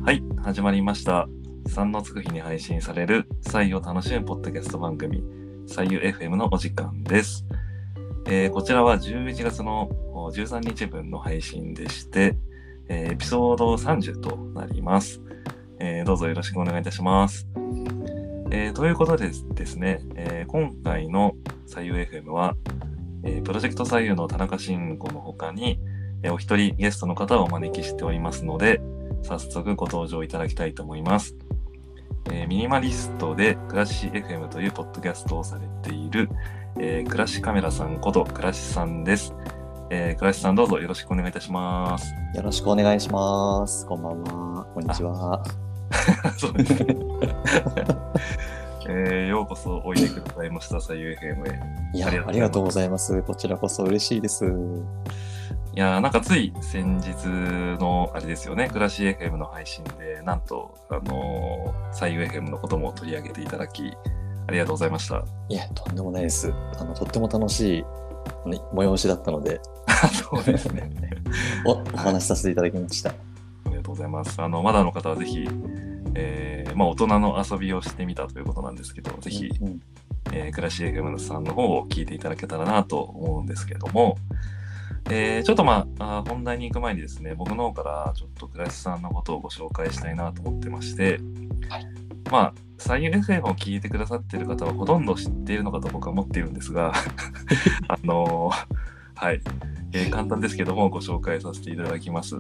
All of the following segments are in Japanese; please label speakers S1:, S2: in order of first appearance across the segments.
S1: はい、始まりました。3のつく日に配信されるサイを楽しむポッドキャスト番組サイユ FM のお時間です。こちらは11月の13日分の配信でして、エピソード30となります。どうぞよろしくお願いいたします。ということでですね、今回のサイユ FM は、プロジェクトサイユの田中慎吾の他に、お一人ゲストの方をお招きしておりますので、早速ご登場いただきたいと思います。ミニマリストで暮らし FM というポッドキャストをされている、暮らしカメラさんこと暮らしさんです。暮らしさんどうぞよろしくお願いいたします。
S2: よろしくお願いします。こんばんは。こんにちは。
S1: そうですね。ようこそおいでくださいました、サイユ FM へ。
S2: いや、ありがとうございます。こちらこそ嬉しいです。
S1: いやなんかつい先日のあれですよね、暮らし FM の配信でなんとサイユ FM のことも取り上げていただきありがとうございました。
S2: いや、とんでもないです。とっても楽しい催しだったので
S1: そうですね
S2: お話しさせていただきました。
S1: ありがとうございます。まだの方はぜひ、大人の遊びをしてみたということなんですけど、ぜひ、暮らし FM さんの方を聞いていただけたらなと思うんですけども、ちょっと本題に行く前にですね、僕の方からちょっと暮らしさんのことをご紹介したいなと思ってまして、はい、サイユ FM を聞いてくださっている方はほとんど知っているのかと僕は思っているんですがはい、簡単ですけどもご紹介させていただきます。はい、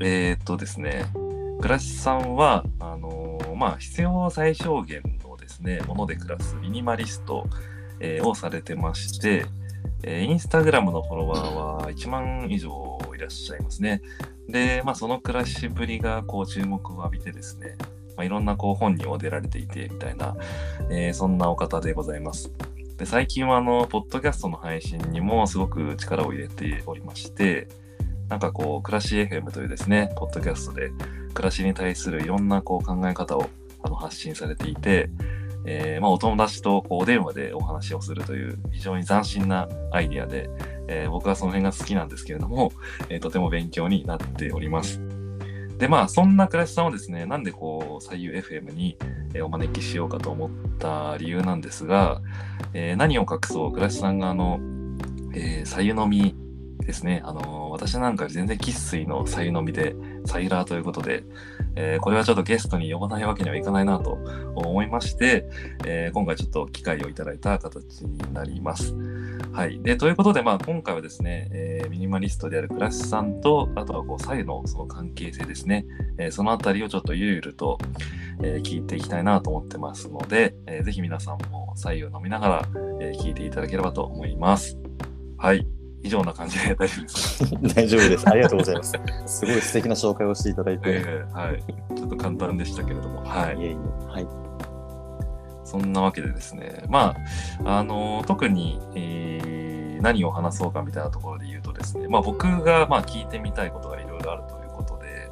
S1: ですね、暮らしさんは必要最小限のですねもので暮らすミニマリスト、をされてまして、インスタグラムのフォロワーは1万以上いらっしゃいますね。で、その暮らしぶりが注目を浴びてですね、いろんな本にも出られていてみたいな、そんなお方でございます。で、最近はポッドキャストの配信にもすごく力を入れておりまして、なんか暮らし FM というですね、ポッドキャストで暮らしに対するいろんな考え方を発信されていて、お友達とお電話でお話をするという非常に斬新なアイディアで、僕はその辺が好きなんですけれども、とても勉強になっております。で、そんな暮らしさんをですね、なんでサイユ FM にお招きしようかと思った理由なんですが、何を隠そう暮らしさんがサイユ飲みですね、私なんか全然生粋のサイユ飲みでサイラーということで、これはちょっとゲストに呼ばないわけにはいかないなと思いまして、今回ちょっと機会をいただいた形になります。はい。で、ということで、今回はですね、ミニマリストである暮らしさんと、あとはサイのその関係性ですね、そのあたりをちょっとゆるゆると、聞いていきたいなと思ってますので、ぜひ皆さんもサイを飲みながら、聞いていただければと思います。はい。以上な感じで大丈夫ですか？
S2: 大丈夫です。ありがとうございます。すごい素敵な紹介をしていただいて、
S1: はい。ちょっと簡単でしたけれども、はい。
S2: はい。
S1: そんなわけでですね、特に、何を話そうかみたいなところで言うとですね、僕が聞いてみたいことがいろいろあるということで、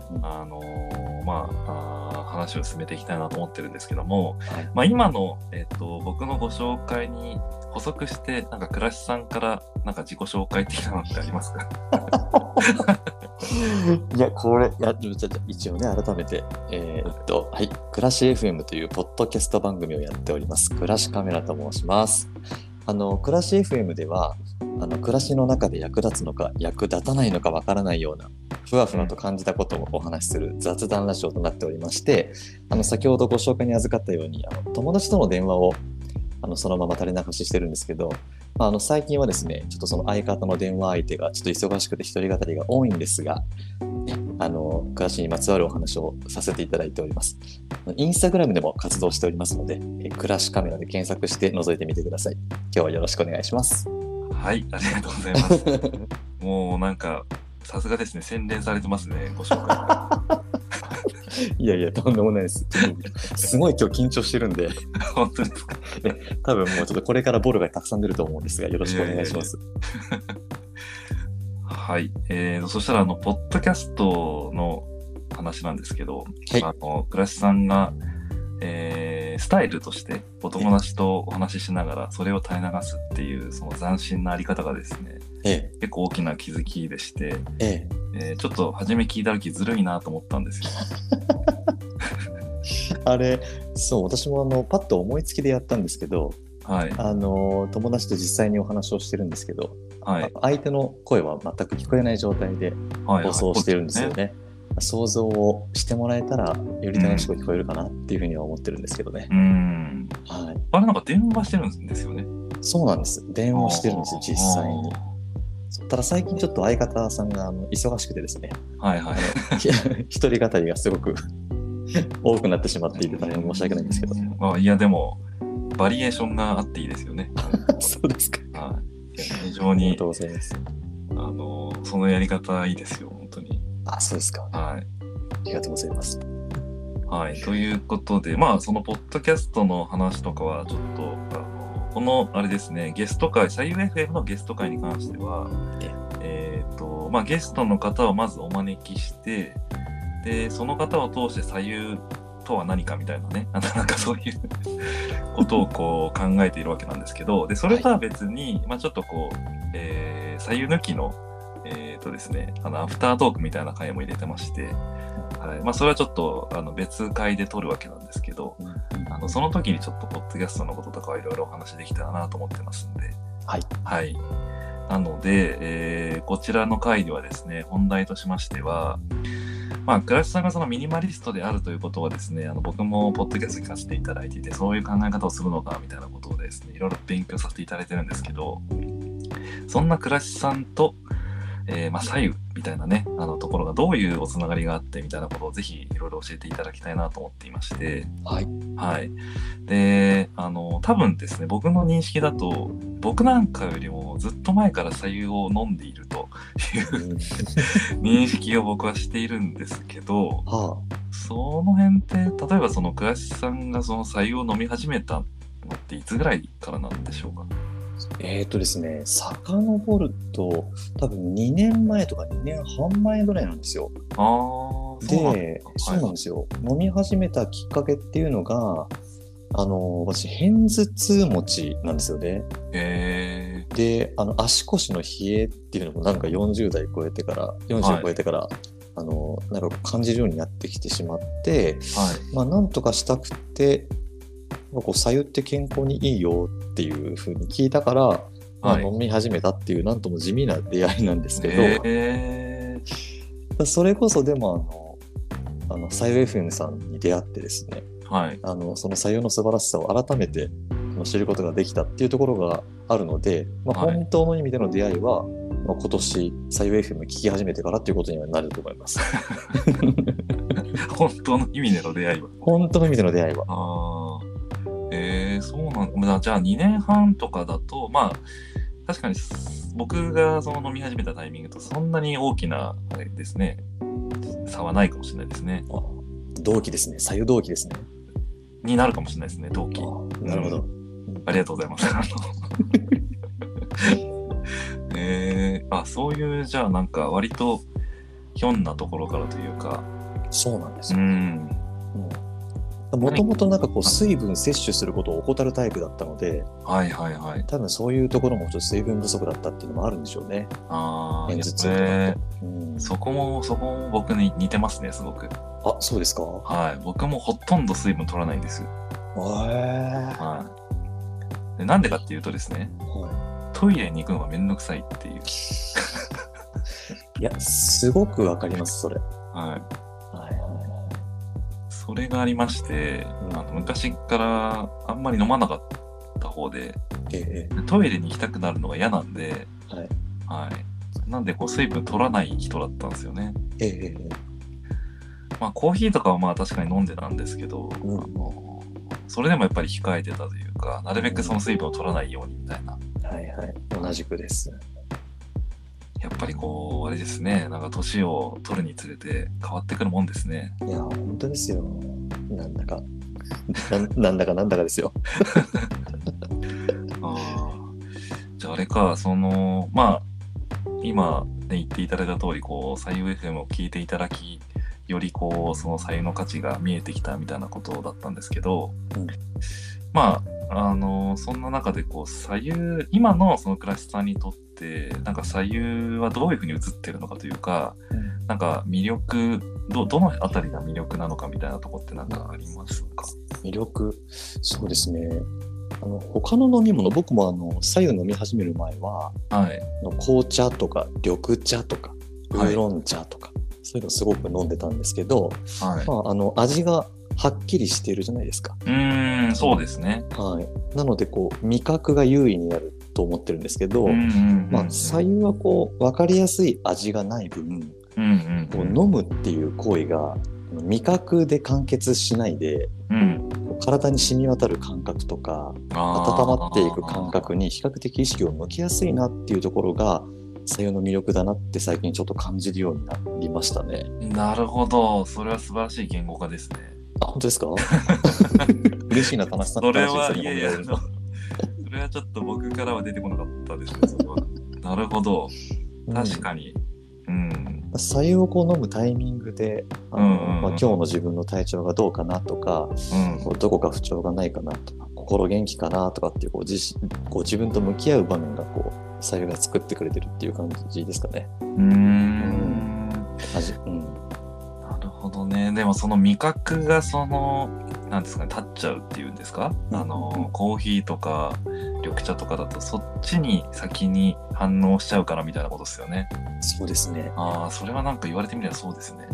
S1: 話を進めていきたいなと思ってるんですけども、今の、僕のご紹介に補足して、なんか暮らしさんからなんか自己紹介的なのってありますか？
S2: いや、一応ね、改めて、はい、暮らし FM というポッドキャスト番組をやっております。暮らしカメラと申します。暮らし FM では、暮らしの中で役立つのか役立たないのかわからないようなふわふわと感じたことをお話しする雑談ラジオとなっておりまして、先ほどご紹介に預かったように友達との電話をそのまま垂れ流ししてるんですけど、最近はですね、ちょっとその相方の電話相手がちょっと忙しくて一人語りが多いんですが、暮らしにまつわるお話をさせていただいております。インスタグラムでも活動しておりますので、暮らしカメラで検索して覗いてみてください。今日はよろしくお願いします。
S1: はい、ありがとうございます。もうなんかさすがですね、洗練されてますね、ご紹介。
S2: いやいや、とんでもないです。すごい今日緊張してるんで。
S1: 本当ですか？
S2: 多分もうちょっとこれからボールがたくさん出ると思うんですが、よろしくお願いします。
S1: はい。そしたらポッドキャストの話なんですけど、暮らしさんが、スタイルとしてお友達とお話ししながらそれを垂れ流すっていうその斬新なあり方がですね、結構大きな気づきでして、 ちょっと初め聞いた時ずるいなと思ったんですよ。
S2: あれ、そう、私もパッと思いつきでやったんですけど、
S1: はい。
S2: 友達と実際にお話をしてるんですけど、
S1: はい。
S2: 相手の声は全く聞こえない状態で
S1: はい。
S2: 放送してるんですよ
S1: そう
S2: ね。想像をしてもらえたらより楽しく聞こえるかなっていうふうには思ってるんですけどね。はい。
S1: あれなんか電話してるんですよね。
S2: そうなんです。電話してるんですよ、実際に。ただ最近ちょっと相方さんが忙しくてですね、
S1: はいはい。
S2: 一人語りがすごく多くなってしまっていて大変申し訳ないんですけど。
S1: いやでもバリエーションがあっていいですよね。
S2: そうですか。
S1: はい。非常に
S2: ありがとうございます。
S1: そのやり方いいですよ、本当に。
S2: あ、そうですか。
S1: はい。
S2: ありがとうございます。
S1: はい。ということで、まあ、そのポッドキャストの話とかは、ちょっと、この、あれですね、ゲスト会、左右 FM のゲスト会に関しては、まあ、ゲストの方をまずお招きして、で、その方を通して左右とは何かみたいなね、なんかそういうことをこう考えているわけなんですけど、で、それとは別に、まあ、ちょっとこう、左右抜きの、ですね、アフタートークみたいな回も入れてまして、はい。まあ、それはちょっと別回で撮るわけなんですけど、その時にちょっとポッドキャストのこととかいろいろお話できたらなと思ってますんで、
S2: はい。
S1: はい。なので、こちらの回ではですね、本題としましては、まあ、倉石さんがそのミニマリストであるということはですね、僕もポッドキャスト聞かせていただいていて、そういう考え方をするのかみたいなことをですね、いろいろ勉強させていただいてるんですけど、そんな倉石さんと、まあ、左右みたいなね、ところがどういうおつながりがあってみたいなことをぜひいろいろ教えていただきたいなと思っていまして、
S2: はい。
S1: はい。で、多分ですね、僕の認識だと、僕なんかよりもずっと前から左右を飲んでいるという認識を僕はしているんですけど、
S2: は
S1: その辺って、例えばその倉石さんがその左右を飲み始めたのっていつぐらいからなんでしょうか？
S2: ですね、遡ると、多分2年前とか2年半前ぐらいなんですよ。で、そうなんですよ。飲み始めたきっかけっていうのが、私、片頭痛持ちなんですよね。で、足腰の冷えっていうのもなんか40代超えてから、40超えてから、なんか感じるようになってきてしまって、まあ、なんとかしたくて、こう左右って健康にいいよっていう風に聞いたから、まあ、飲み始めたっていうなんとも地味な出会いなんですけど、それこそでも左右 FM さんに出会ってですね、その左右の素晴らしさを改めて知ることができたっていうところがあるので、まあ、本当の意味での出会いは、まあ、今年左右 FM 聞き始めてからっていうことにはなると思います。
S1: 本当の意味での出会いは。
S2: 本当の意味での出会いは。
S1: そうなんだ。じゃあ2年半とかだと、まあ、確かに僕がその飲み始めたタイミングとそんなに大きな、あれですね、差はないかもしれないですね。
S2: 同期ですね。左右同期ですね。
S1: になるかもしれないですね、同期。
S2: なるほど。
S1: ありがとうございます。そういう、じゃあなんか割とひょんなところからというか。
S2: そうなんですよ。もともとなんかこう水分摂取することを怠るタイプだったので、多分そういうところもちょっと水分不足だったっていうのもあるんでしょうね。片頭痛とか
S1: そこも僕に似てますね、すごく。
S2: あ、そうですか？
S1: はい。僕もほとんど水分取らないんですよ。でなんでかっていうとですね、トイレに行くのがめんどくさいっていう。
S2: いや、すごくわかります、それ。
S1: それがありまして、昔からあんまり飲まなかった方で、トイレに行きたくなるのが嫌なんで、なんでこう水分取らない人だったんですよね。まあコーヒーとかはまあ確かに飲んでたんですけど、それでもやっぱり控えてたというか、なるべくその水分を取らないようにみたいな。
S2: 同じくです。
S1: やっぱりこうあれですね、なんか年を取るにつれて変わってくるもんですね。
S2: いや本当ですよ。なんだかですよ。
S1: じゃああれか、まあ今ね言っていただいた通り、こう左右 FM を聞いていただき、よりこうその左右の価値が見えてきたみたいなことだったんですけど、 まあそんな中でこう左右今のその倉石さんにとってなんか左右はどういうふうに映ってるのかというか、なんか魅力どのあたりが魅力なのかみたいなところって何かありますか？
S2: 魅力、そうですね。他の飲み物、僕も白湯飲み始める前は、
S1: はい、
S2: 紅茶とか緑茶とかウーロン茶とか、そういうのすごく飲んでたんですけど、
S1: はい、
S2: まあ、味がはっきりしてるじゃないですか。
S1: そうですね。
S2: はい。なのでこう味覚が優位になると思ってるんですけど、まあ白湯はこう分かりやすい味がない分、こう飲むっていう行為が味覚で完結しないで、体に染み渡る感覚とか温まっていく感覚に比較的意識を向けやすいなっていうところが白湯の魅力だなって最近ちょっと感じるようになりましたね。
S1: なるほど、それは素晴らしい言語化ですね。
S2: あ、本当ですか？嬉しいな、田中さん。
S1: それはいやいや、それはちょっと僕からは出てこなかったですね、それは。なるほど、確かに。
S2: 白湯をこう飲むタイミングで今日の自分の体調がどうかなとか、こうどこか不調がないかなとか、心元気かなとかっていうこう自分と向き合う場面がこう白湯が作ってくれてるっていう感じですかね。
S1: なるほどね。でもその味覚がなんですかね、立っちゃうっていうんですか、コーヒーとか緑茶とかだとそっちに先に反応しちゃうからみたいなことですよね。
S2: そうですね。
S1: それはなんか言われてみればそうですね。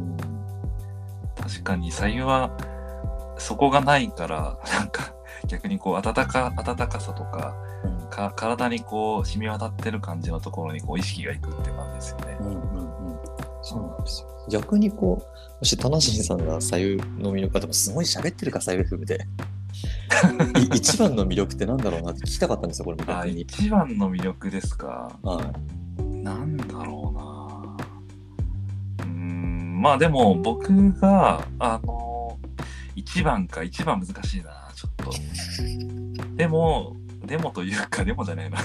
S1: 確かに白湯はそこがないからなんか逆にこう温かさとか、体にこう染み渡ってる感じのところにこう意識がいくって感じですよね。
S2: そうなんですよ。逆にこう、もし田無さんが白湯の魅力、でもすごい喋ってるか、白湯風で一番の魅力ってなんだろうなって聞きたかったんですよ、これも逆に。
S1: 一番の魅力ですか。なんだろうな。まあでも僕が一番難しいな、ちょっと。でもというか、でもじゃないな、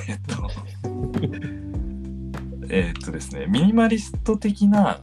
S1: ですね、ミニマリスト的な、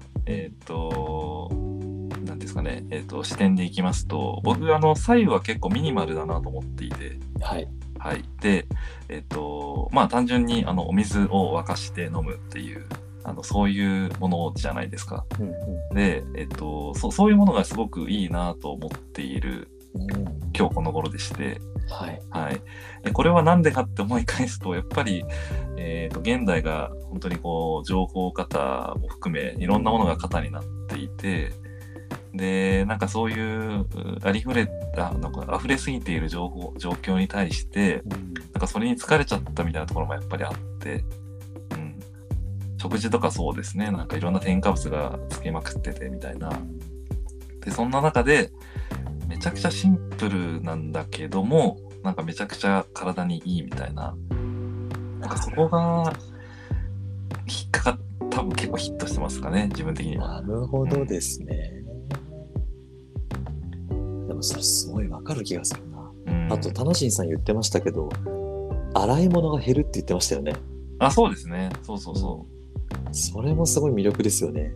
S1: なんですかね、視点でいきますと、僕、左右は結構ミニマルだなと思っていて、はい。で、まあ、単純に、お水を沸かして飲むっていう、そういうものじゃないですか。で、そういうものがすごくいいなと思っている、今日この頃でして、これはなんでかって思い返すと、やっぱり、現代が本当にこう情報型も含めいろんなものが型になっていて、でなんかそういう溢れすぎている状況に対して、なんかそれに疲れちゃったみたいなところもやっぱりあって、食事とかそうですね、なんかいろんな添加物がつけまくっててみたいな。でそんな中でめちゃくちゃシンプルなんだけども、なんかめちゃくちゃ体にいいみたいな、なんかそこが多分結構ヒットしてますかね、自分的には。
S2: なるほどですね。でもそれすごいわかる気がするな。あと田無さん言ってましたけど、洗い物が減るって言ってましたよね。
S1: そうですね。そう。
S2: それもすごい魅力ですよね。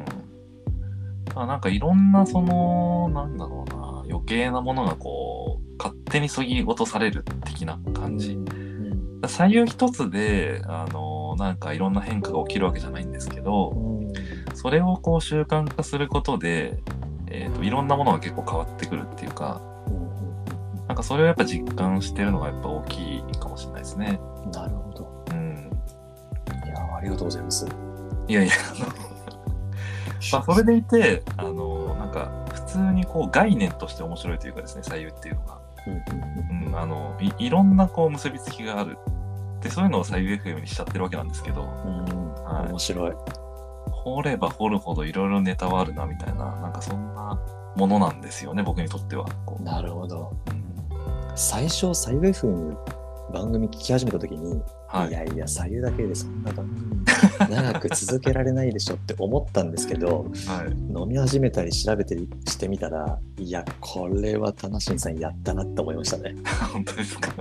S1: なんかいろんななんだろうな、余計なものがこう勝手にそぎ落とされる的な感じ。左右一つでなんかいろんな変化が起きるわけじゃないんですけど、それをこう習慣化することで、いろんなものが結構変わってくるっていうか、なんかそれをやっぱ実感してるのがやっぱ大きいかもしれないですね。
S2: なるほど。いや、ありがとうございます。
S1: いやまあそれでいてなんか普通にこう概念として面白いというかですね、左右っていうのが、いろんなこう結びつきがあるで、そういうのを左右 FM にしちゃってるわけなんですけど、
S2: 面白い。
S1: 掘れば掘るほどいろいろネタはあるなみたいな、なんかそんなものなんですよね、僕にとっては。
S2: なるほど。最初左右 FM 番組聞き始めた時に、いやいや左右だけでそんな番組長く続けられないでしょって思ったんですけど、飲み始めたり調べてしてみたら、いやこれは田無さんやったなって思いましたね。
S1: 本当ですか？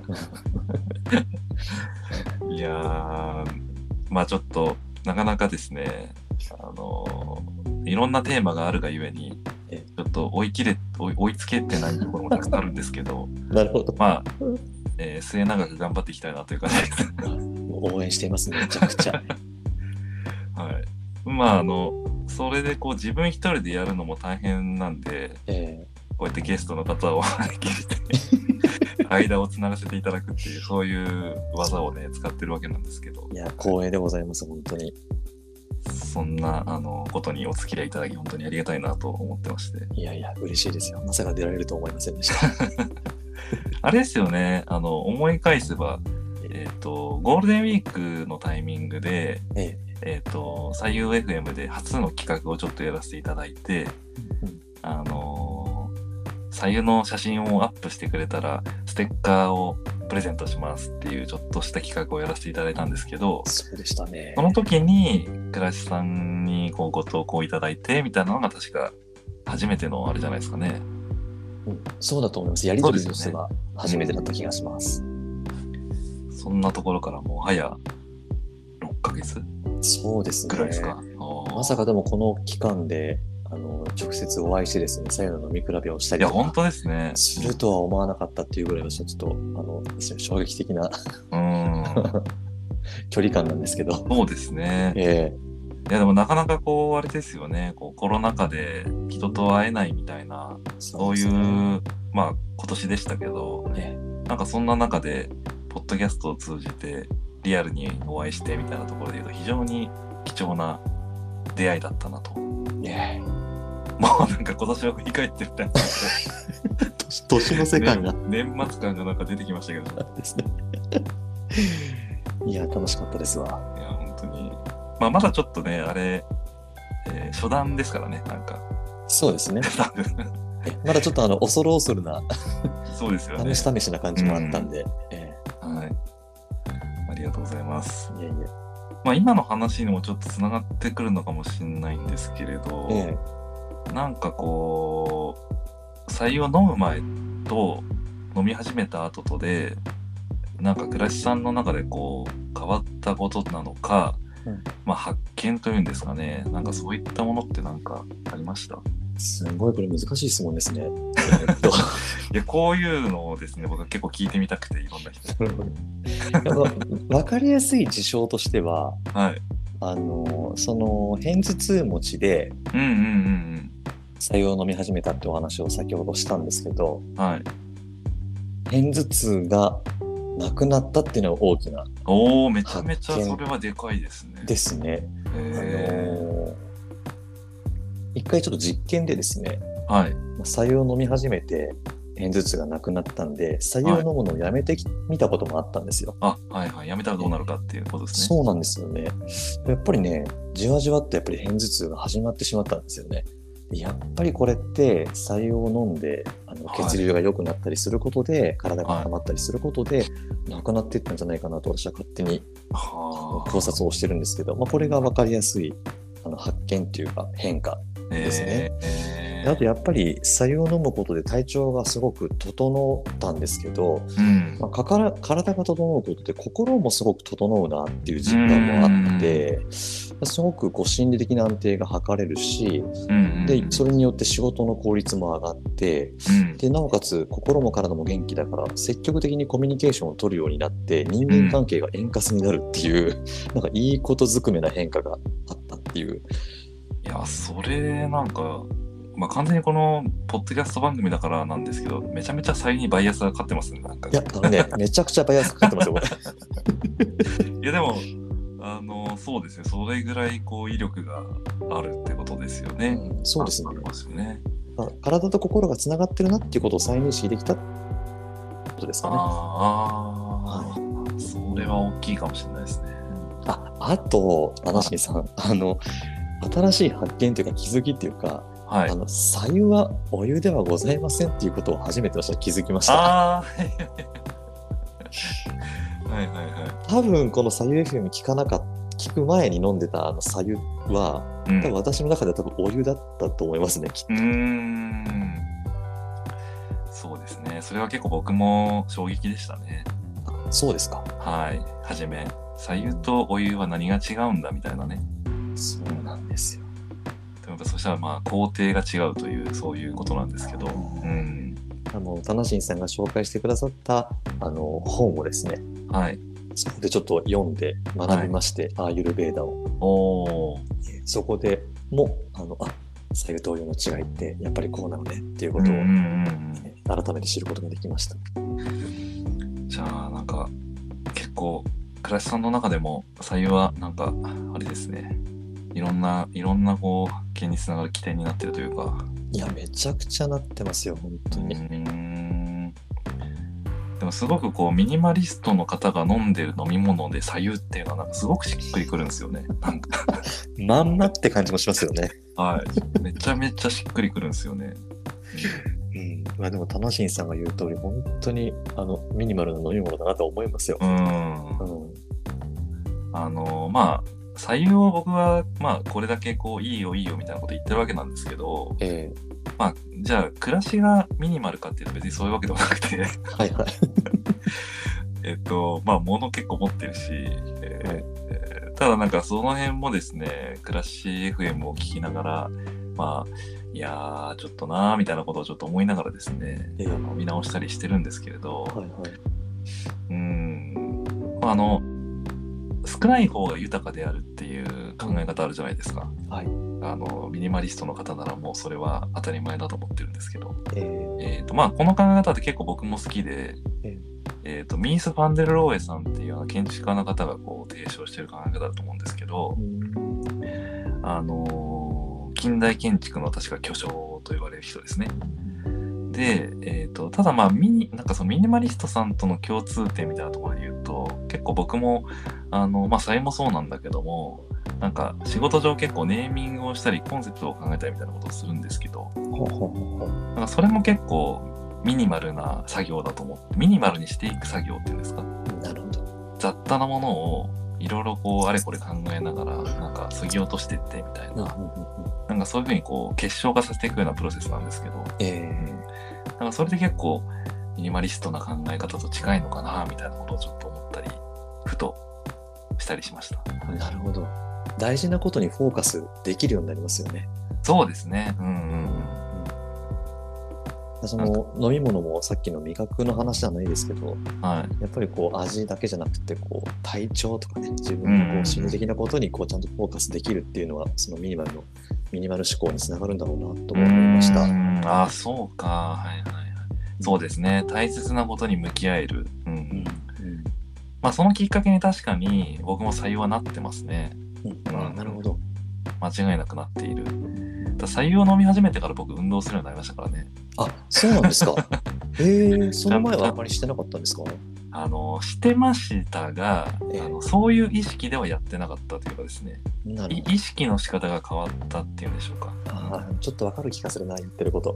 S1: いやまあちょっとなかなかですね、いろんなテーマがあるがゆえにちょっと追いつけてないところもたくさんあるんですけど
S2: なるほど。
S1: まあ、末永く頑張っていきたいなという感じです。
S2: 応援しています、めちゃくちゃ。
S1: はい。まあそれでこう自分一人でやるのも大変なんで、こうやってゲストの方を招きして間をつながせていただくっていうそういう技をね使ってるわけなんですけど。
S2: いや光栄でございます本当に。
S1: そんなことにお付き合いいただき本当にありがたいなと思ってまして。
S2: いやいや嬉しいですよ。まさか出られると思いませんでした。
S1: あれですよね。思い返せばゴールデンウィークのタイミングで。採用 FM で初の企画をちょっとやらせていただいて、採用の写真をアップしてくれたらステッカーをプレゼントしますっていうちょっとした企画をやらせていただいたんですけど、
S2: そうでしたね。
S1: その時に倉石さんにこうご投稿いただいてみたいなのが確か初めてのあれじゃないですかね。
S2: そうだと思います。やり取りとしては初めてだった気がします。
S1: そんなところからもう早6ヶ月
S2: そうですね。
S1: くらいですか。
S2: まさかでもこの期間で直接お会いしてですね、左右の飲み比べをしたりとか、
S1: いや本当ですね。
S2: するとは思わなかったっていうぐらいのちょっと衝撃的な距離感なんですけど。
S1: そうですね。いやでもなかなかこうあれですよね。こうコロナ禍で人と会えないみたいな、そういうまあ今年でしたけど、なんかそんな中でポッドキャストを通じてリアルにお会いしてみたいなところで言うと非常に貴重な出会いだったなと。もうなんか今年を振り返ってみたいな
S2: 年の世界が、
S1: 年末感がなんか出てきましたけど
S2: ですね。いや楽しかったですわ。
S1: いや本当に、まあ、まだちょっとねあれ、初段ですからねなんか。
S2: そうですね。まだちょっと恐る恐るな
S1: そうですよね。
S2: 試しな感じもあったんで、
S1: はい。ありがとうございます。
S2: いやいや。
S1: まあ今の話にもちょっとつながってくるのかもしれないんですけれど、なんかこう採用飲む前と飲み始めた後とでなんか倉石さんの中でこう変わったことなのか、まあ発見というんですかね、なんかそういったものってなんかありました？
S2: すごいこれ難しい質問ですね。
S1: いやこういうのをですね僕は結構聞いてみたくていろんな人
S2: 分かりやすい事象としては、その片頭痛持ちで採用を飲み始めたってお話を先ほどしたんですけど、片頭痛がなくなったっていうのが大きな。
S1: めちゃめちゃそれはでかいですね。
S2: ですね。一回ちょっと実験でですね、採用を飲み始めて片頭痛がなくなったんで採用を飲むのをやめてみたこともあったんですよ。
S1: やめたらどうなるかっていうことですね。
S2: そうなんですよね。やっぱりねじわじわってやっぱり片頭痛が始まってしまったんですよね。やっぱりこれって採用を飲んで血流が良くなったりすることで、体が温まったりすることで、なくなっていったんじゃないかなと私は勝手に考察をしてるんですけど、これが分かりやすい発見っていうか変化ですね。あとやっぱり採用を飲むことで体調がすごく整ったんですけど、体が整うことで心もすごく整うなっていう実感もあって、すごく心理的な安定が図れるし、でそれによって仕事の効率も上がって、でなおかつ心も体も元気だから積極的にコミュニケーションを取るようになって人間関係が円滑になるっていう、なんかいいことずくめな変化があったっていう。
S1: いやそれなんか完全にこのポッドキャスト番組だからなんですけど、めちゃめちゃ採用にバイアスがかかってますね。なんか
S2: いやめちゃくちゃバイアスかかってますよこ
S1: れ。いやでもそうですね、それぐらいこう威力があるってことですよね。
S2: そうですね。体と心がつながってるなっていうことを再認識できたことですかね。
S1: それは大きいかもしれないですね。
S2: あと話にさん新しい発見というか気づきっていうか、白湯はお湯ではございませんっていうことを初めて私は気づきました。多分この白湯 FM 聞く前に飲んでた白湯は、多分私の中では多分お湯だったと思いますね、きっと。
S1: そうですね。それは結構僕も衝撃でしたね。
S2: そうですか。
S1: はじめ白湯とお湯は何が違うんだみたいなね。
S2: そうなんですよ。
S1: でもっぱそしたらまあ工程が違うというそういうことなんですけど、
S2: タナシンさんが紹介してくださった本をですね、
S1: はい、
S2: そこでちょっと読んで学びまして、アーユルベーダを。そこでも左右同様の違いってやっぱりこうなのねっていうことを、改めて知ることができました。
S1: じゃあなんか結構倉石さんの中でも左右はなんかあれですね、いろんなこう発見につながる起点になってるというか。
S2: いや、めちゃくちゃなってますよ本当に。
S1: でもすごくこうミニマリストの方が飲んでる飲み物で左右っていうのはなんかすごくしっくりくるんですよね。なんか
S2: まんまって感じもしますよね。
S1: はい、めちゃめちゃしっくりくるんですよね。
S2: まあでもタナシンさんが言う通り本当にミニマルな飲み物だなと思いますよ。
S1: まあ左右を僕はまあこれだけこういいよいいよみたいなこと言ってるわけなんですけど、まあじゃあ暮らしがミニマルかっていうと別にそういうわけでもなくて
S2: はいはい
S1: まあ物結構持ってるし、ただなんかその辺もですね、暮らし FM を聞きながらまあいやーちょっとなーみたいなことをちょっと思いながらですね、見直したりしてるんですけれど、少ない方が豊かであるっていう考え方あるじゃないですか。ミニマリストの方ならもうそれは当たり前だと思ってるんですけど、まあこの考え方って結構僕も好きで、ミース・ファンデル・ローエさんっていう建築家の方がこう提唱している考え方だと思うんですけど、近代建築の確か巨匠と言われる人ですね。で、ただまあなんかそのミニマリストさんとの共通点みたいなところで言うと、結構僕もまあそれもそうなんだけども、なんか仕事上結構ネーミングをしたりコンセプトを考えたりみたいなことをするんですけど、なんかそれも結構ミニマルな作業だと思って、ミニマルにしていく作業っていうんですか。
S2: なるほど。
S1: 雑多なものをいろいろこうあれこれ考えながらなんか削ぎ落としていってみたいな、なんかそういうふうにこう結晶化させていくようなプロセスなんですけど、なんかそれで結構ミニマリストな考え方と近いのかなみたいなことをちょっと思ったりふとしたりしました。
S2: なるほど。大事なことにフォーカスできるようになりますよね。
S1: そうですね。
S2: その飲み物もさっきの味覚の話じゃないですけど、やっぱりこう味だけじゃなくてこう体調とかね、自分のこう心理的なことにこうちゃんとフォーカスできるっていうのはそのミニマル思考につながるんだろうなと思いました。
S1: そうか。そうですね。大切なことに向き合える。まあそのきっかけに確かに僕も左右はなってますね。
S2: なるほど。
S1: 間違いなくなっている。左右を飲み始めてから僕運動するようになりましたからね。
S2: そうなんですか。その前はあまりしてなかったんですか？
S1: してましたが、そういう意識ではやってなかったというかですね、意識の仕方が変わったっていうんでしょうか。
S2: ちょっとわかる気がするな、言ってること。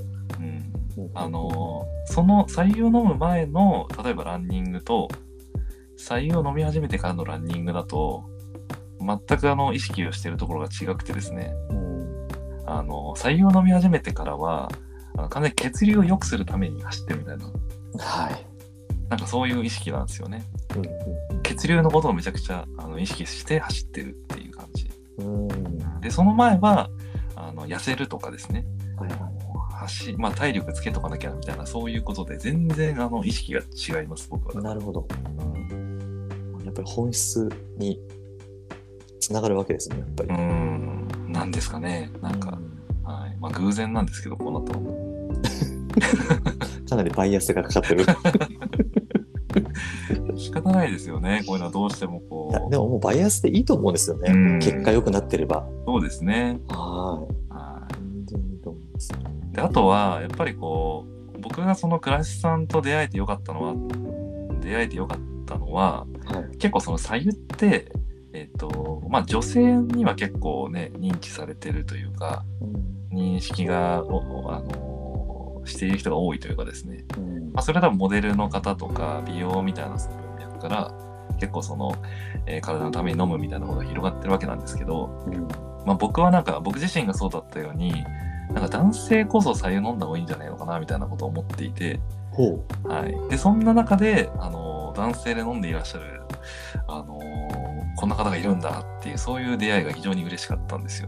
S1: その左右を飲む前の例えばランニングと左右を飲み始めてからのランニングだと全く意識をしているところが違くてですね、左右を飲み始めてからは完全に血流を良くするために走ってるみたいな、なんかそういう意識なんですよね。血流のことをめちゃくちゃ意識して走ってるっていう感じ。でその前は痩せるとかですね、体力つけとかなきゃみたいなそういうことで全然意識が違います僕は。な
S2: るほど。やっぱり本質につながるわけですね、やっぱり。
S1: なんですかね、なんか、まあ偶然なんですけどこうなったの
S2: かなりバイアスがかかってる
S1: 仕方ないですよね、こういうのはどうしてもこう。
S2: でももうバイアスでいいと思うんですよね、結果良くなってれば。
S1: そうですね。
S2: 全然いいと思います。
S1: であとはやっぱりこう僕がその倉石さんと出会えてよかったのは、結構その左右ってまあ女性には結構ね認知されてるというか、認識がしている人が多いというかですね、それは多分モデルの方とか美容みたいな分野から結構その、体のために飲むみたいなことが広がってるわけなんですけど、僕はなんか僕自身がそうだったようになんか男性こそ左右飲んだ方がいいんじゃないのかなみたいなことを思っていて、でそんな中で男性で飲んでいらっしゃるこんな方がいるんだっていうそういう出会いが非常に嬉しかったんですよ。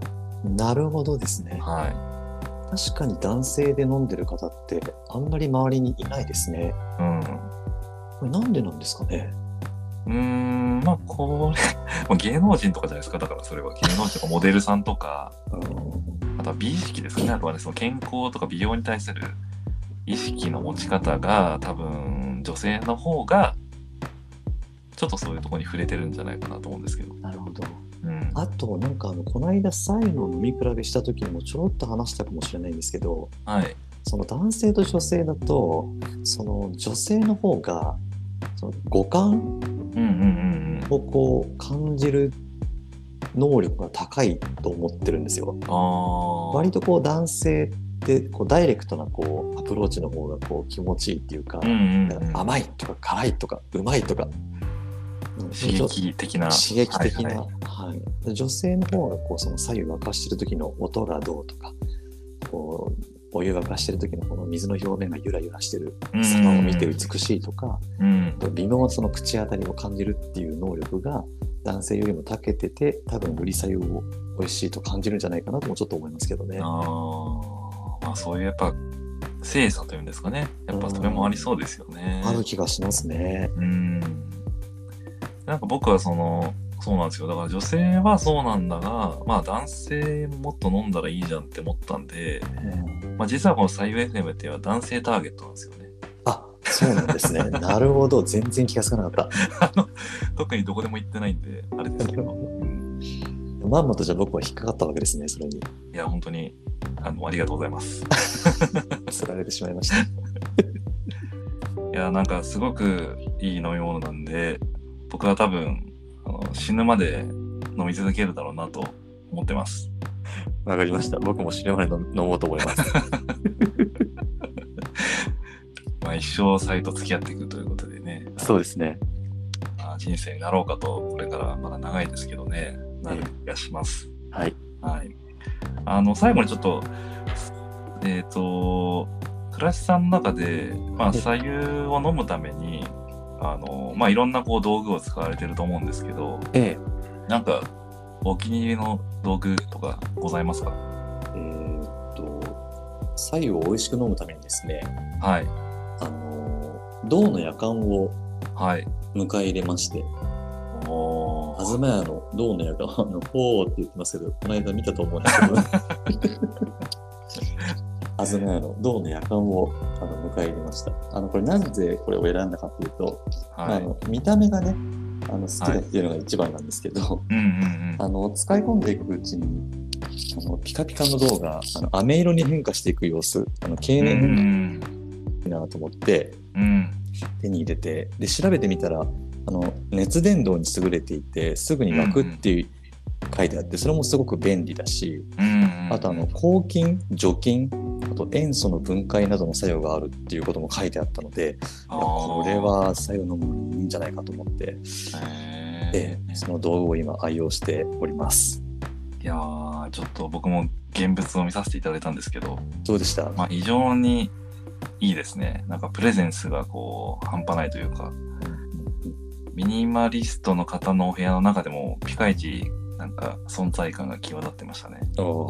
S2: なるほどですね。
S1: は
S2: 確かに男性で飲んでる方ってあんまり周りにいないですね。
S1: い。うん。
S2: これなんでなんですかね。
S1: まあこれ芸能人とかじゃないですか。だからそれは芸能人とかモデルさんとか、あとは美意識ですかね。あとはね、その健康とか美容に対する意識の持ち方が多分女性の方がちょっとそういうところに触れてるんじゃないかなと思うんですけど。
S2: なるほど。
S1: うん、
S2: あとなんかこの間サイの飲み比べした時にもちょろっと話したかもしれないんですけど、
S1: はい。
S2: その男性と女性だとその女性の方がその五感をこう感じる能力が高いと思ってるんですよ。割とこう男性ってこうダイレクトなこうアプローチの方がこう気持ちいいっていうか、甘いとか辛いとかうまいとか
S1: 刺激的な、
S2: はい、女性の方がこうその左右沸かしてる時の音がどうとか、こうお湯沸かしてる時のこの水の表面がゆらゆらしてる様を見て美しいとか、微妙なその口当たりを感じるっていう能力が男性よりも長けてて、多分より左右を美味しいと感じるんじゃないかなともちょっと思いますけどね。
S1: まあそういうやっぱ精査というんですかね。やっぱそれもありそうですよね。
S2: ある気がしますね。
S1: なんか僕はそうなんですよ。だから女性はそうなんだが、まあ男性もっと飲んだらいいじゃんって思ったんで、まあ実はこの左右 FM っていうのは男性ターゲットなんですよね。
S2: あ、そうなんですね。なるほど。全然気がつかなかった。
S1: 特にどこでも行ってないんで、あれですけど。
S2: まんまとじゃあ僕は引っかかったわけですね、それに。
S1: いや、本当に、ありがとうございます。
S2: 釣られてしまいました。
S1: いや、なんかすごくいい飲み物なんで、僕は多分、死ぬまで飲み続けるだろうなと思ってます。
S2: わかりました。僕も死ぬまで飲もうと思います。
S1: まあ一生サイと付き合っていくということでね。
S2: そうですね。
S1: 人生になろうかと、これからまだ長いですけどね、なる気がします。
S2: はい。
S1: はい。最後にちょっと、倉石さんの中で、まあ、白湯を飲むために、まあ、いろんなこう道具を使われてると思うんですけど、なんか、お気に入りの道具とかございますか？
S2: 白湯を美味しく飲むためにですね、
S1: はい。
S2: 銅のやかんを迎え入れまして、東屋の銅のやかんほーって言ってますけど、この間見たと思うんですけど、東屋の銅のやかんを迎え入れました。これなぜこれを選んだかというと、見た目がね好きだっていうのが一番なんですけど、使い込んでいくうちにピカピカの銅が飴色に変化していく様子、経年いいなと思って、手に入れて、で調べてみたら熱伝導に優れていてすぐに沸くっていう書いてあって、それもすごく便利だし、あと抗菌除菌、あと塩素の分解などの作用があるっていうことも書いてあったので、これは作用のものにいいんじゃないかと思って、その道具を今愛用しております。
S1: いやー、ちょっと僕も現物を見させていただいたんですけど、
S2: どうでした？
S1: まあ、非常にいいですね。なんかプレゼンスがこう半端ないというか、ミニマリストの方のお部屋の中でもピカイチなんか存在感が際立ってましたね。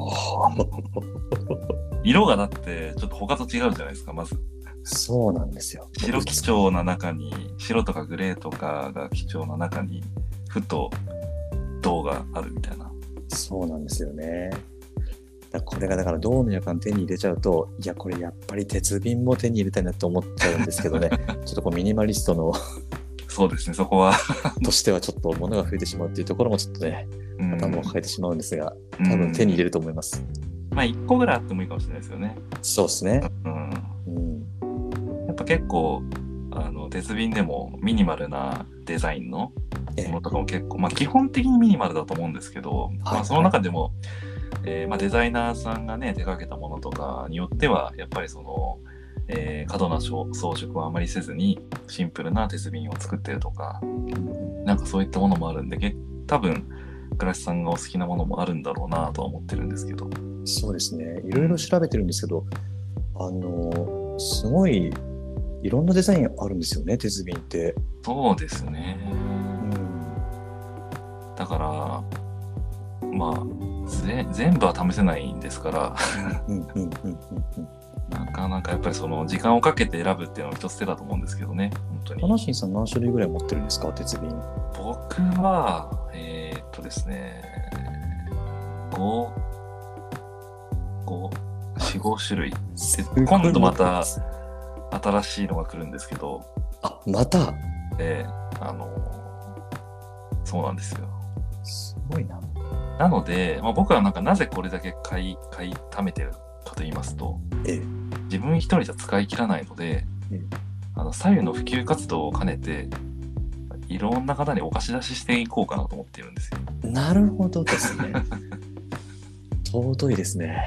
S1: 色がだってちょっと他と違うじゃないですか。まず
S2: そうなんですよ。
S1: 白基調な中に、白とかグレーとかが基調な中にふと銅があるみたいな。
S2: そうなんですよね。これがだから銅のやかん手に入れちゃうと、いやこれやっぱり鉄瓶も手に入れたいなって思っちゃうんですけどね。ちょっとこうミニマリストの
S1: そうですね、そこは
S2: としてはちょっと物が増えてしまうっていうところもちょっとね、頭を抱えてしまうんですが、多分手に入れると思います。
S1: まあ1個ぐらいあってもいいかもしれないですよね。
S2: そうですね。
S1: やっぱ結構鉄瓶でもミニマルなデザインのものとかも結構、まあ基本的にミニマルだと思うんですけど、まあその中でも、まあデザイナーさんがね手掛けたものとかによってはやっぱりその過度な装飾はあまりせずにシンプルな鉄瓶を作ってるとか、なんかそういったものもあるんで、多分倉石さんがお好きなものもあるんだろうなとは思ってるんですけど。
S2: そうですね、いろいろ調べてるんですけど、すごいいろんなデザインあるんですよね、鉄瓶って。
S1: そうですね、だからまあ全部は試せないんですから
S2: うんうんうんうんうん。
S1: なかなかやっぱりその時間をかけて選ぶっていうのは一つ手だと思うんですけどね、本当に。
S2: タナシンさん何種類ぐらい持ってるんですか、鉄瓶。
S1: 僕は、ですね、4、5種類。で今度また新しいのが来るんですけど、
S2: あ、また
S1: そうなんですよ。
S2: すごいな。
S1: なので、僕はなぜこれだけ買い溜めてるかと言いますと、自分一人じゃ使い切らないので、左右の普及活動を兼ねて、いろんな方にお貸し出ししていこうかなと思っているんですよ。な
S2: るほどですね。尊いですね。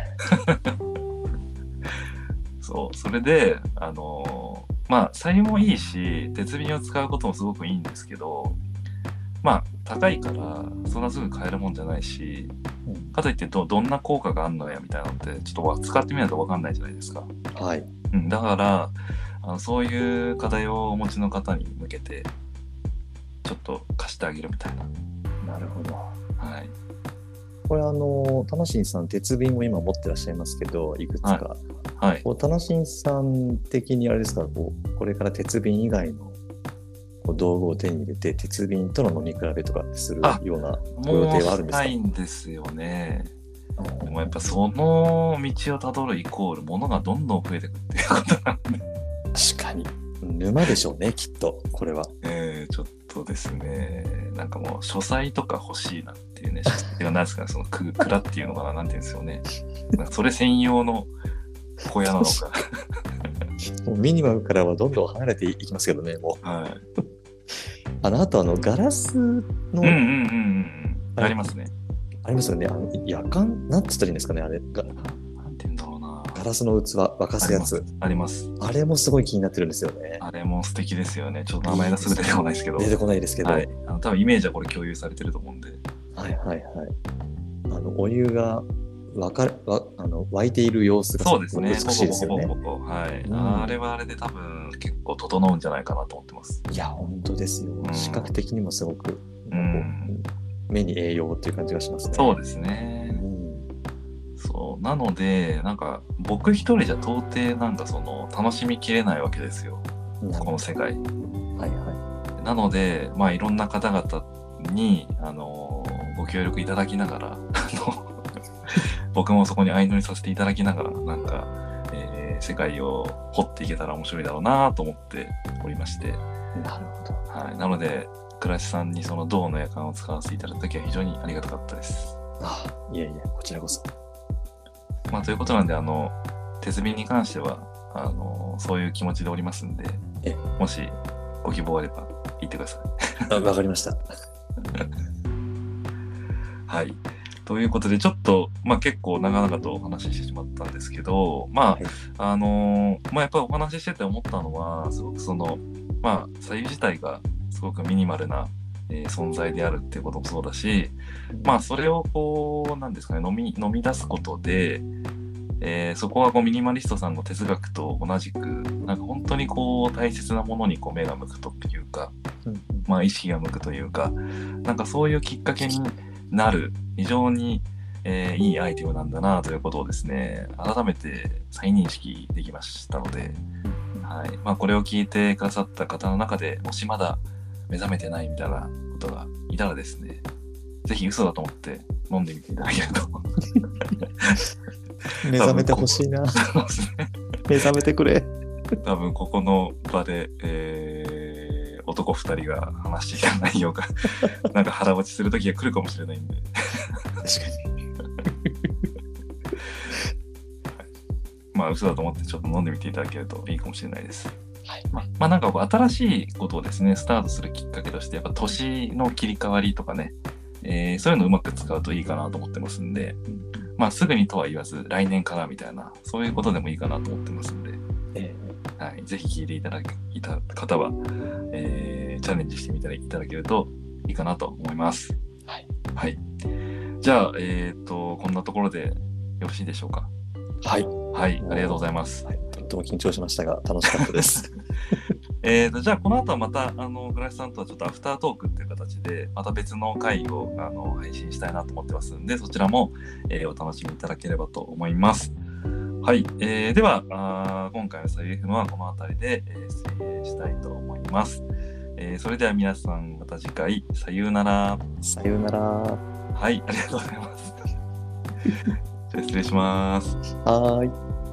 S1: そう、それで、左右もいいし、鉄瓶を使うこともすごくいいんですけど、高いからそんなすぐ買えるもんじゃないし、かといってどんな効果があるのやみたいなのってちょっと使ってみないと分かんないじゃないですか。
S2: はい。
S1: だからそういう課題をお持ちの方に向けてちょっと貸してあげるみたいな。
S2: なるほど。
S1: はい。
S2: これタナシンさん鉄瓶を今持ってらっしゃいますけど、いくつか。
S1: はい。
S2: タナシンさん的にあれですか、これから鉄瓶以外の道具を手に入れて鉄瓶との飲み比べとかするようなご予定はあるんですか？
S1: もうしたいんですよね。でもやっぱその道をたどるイコール物がどんどん増えていくっていうことなんで。
S2: 確かに沼でしょうね、きっとこれは。
S1: ちょっとですね、なんかもう書斎とか欲しいなっていうね。何ですかね、その蔵っていうのかな、なんていうんですよね。それ専用の小屋なのか。
S2: もうミニマムからはどんどん離れていきますけどね、もう。
S1: はい。
S2: あとガラスの、
S1: ありますね。
S2: ありますよね。夜間なんて言ったらいいんですかね、あれが。
S1: なんて言うんだろうな。
S2: ガラスの器沸かすやつ。
S1: あります。
S2: あれもすごい気になってるんですよね。
S1: あれも素敵ですよね。ちょっと名前がすぐ出てこないですけど。
S2: 出てこないですけど。はい、
S1: 多分イメージはこれ共有されてると思うんで。
S2: はいはいはい。お湯が沸いている様子が
S1: そうですね。
S2: 美しいですよね。
S1: はい、あれはあれで多分結構整うんじゃないかなと思ってます。
S2: いや本当ですよ。視覚的にもすごく、目に栄養っていう感じがしますね。
S1: そうですね。そうなのでなんか僕一人じゃ到底楽しみきれないわけですよ。この世界。はいはい。なのでいろんな方々にご協力いただきながら僕もそこに相乗りさせていただきながら世界を掘っていけたら面白いだろうなと思っておりまして。なるほど。はい。なので倉石さんにその銅の夜間を使わせていただいた時は非常にありがたかったです。
S2: いえいえ、こちらこそ。
S1: ということなんで鉄瓶に関してはそういう気持ちでおりますんで、もしご希望あれば言ってください。
S2: わかりました。
S1: はい。ということでちょっと結構長々とお話ししてしまったんですけど、やっぱりお話ししてて思ったのはすごく左右自体がすごくミニマルな、存在であるっていうこともそうだし、それをなんですかね、飲み出すことで、そこはミニマリストさんの哲学と同じく本当に大切なものに目が向くというか、意識が向くというか、そういうきっかけになる非常に、いいアイテムなんだなということをですね、改めて再認識できましたので、はい。これを聞いてくださった方の中でもしまだ目覚めてないみたいなことがいたらですね、ぜひ嘘だと思って飲んでみていただけると
S2: 目覚めてほしいな。目覚めてくれ。
S1: 多分ここの場で、男2人が話していた内容が腹落ちする時が来るかもしれないんで
S2: 確かに
S1: 嘘だと思ってちょっと飲んでみていただけるといいかもしれないです。はい。新しいことをですねスタートするきっかけとしてやっぱ年の切り替わりとかね、そういうのをうまく使うといいかなと思ってますんで、すぐにとは言わず来年からみたいなそういうことでもいいかなと思ってますんで、はい、ぜひ聞いていただいた方は、チャレンジしてみていただけるといいかなと思います。はい。はい、じゃあ、こんなところでよろしいでしょうか。はい。はい、ありがとうございます。
S2: とても緊張しましたが楽しかったです。
S1: じゃあこの後はまたグラシさんとはちょっとアフタートークっていう形でまた別の回を配信したいなと思ってますんで、そちらも、お楽しみいただければと思います。はい、では今回のサイ FM はこの辺りで、失礼したいと思います。それでは皆さんまた次回さようなら。
S2: さようなら。
S1: はい、ありがとうございます。じゃあ失礼します。
S2: はーい。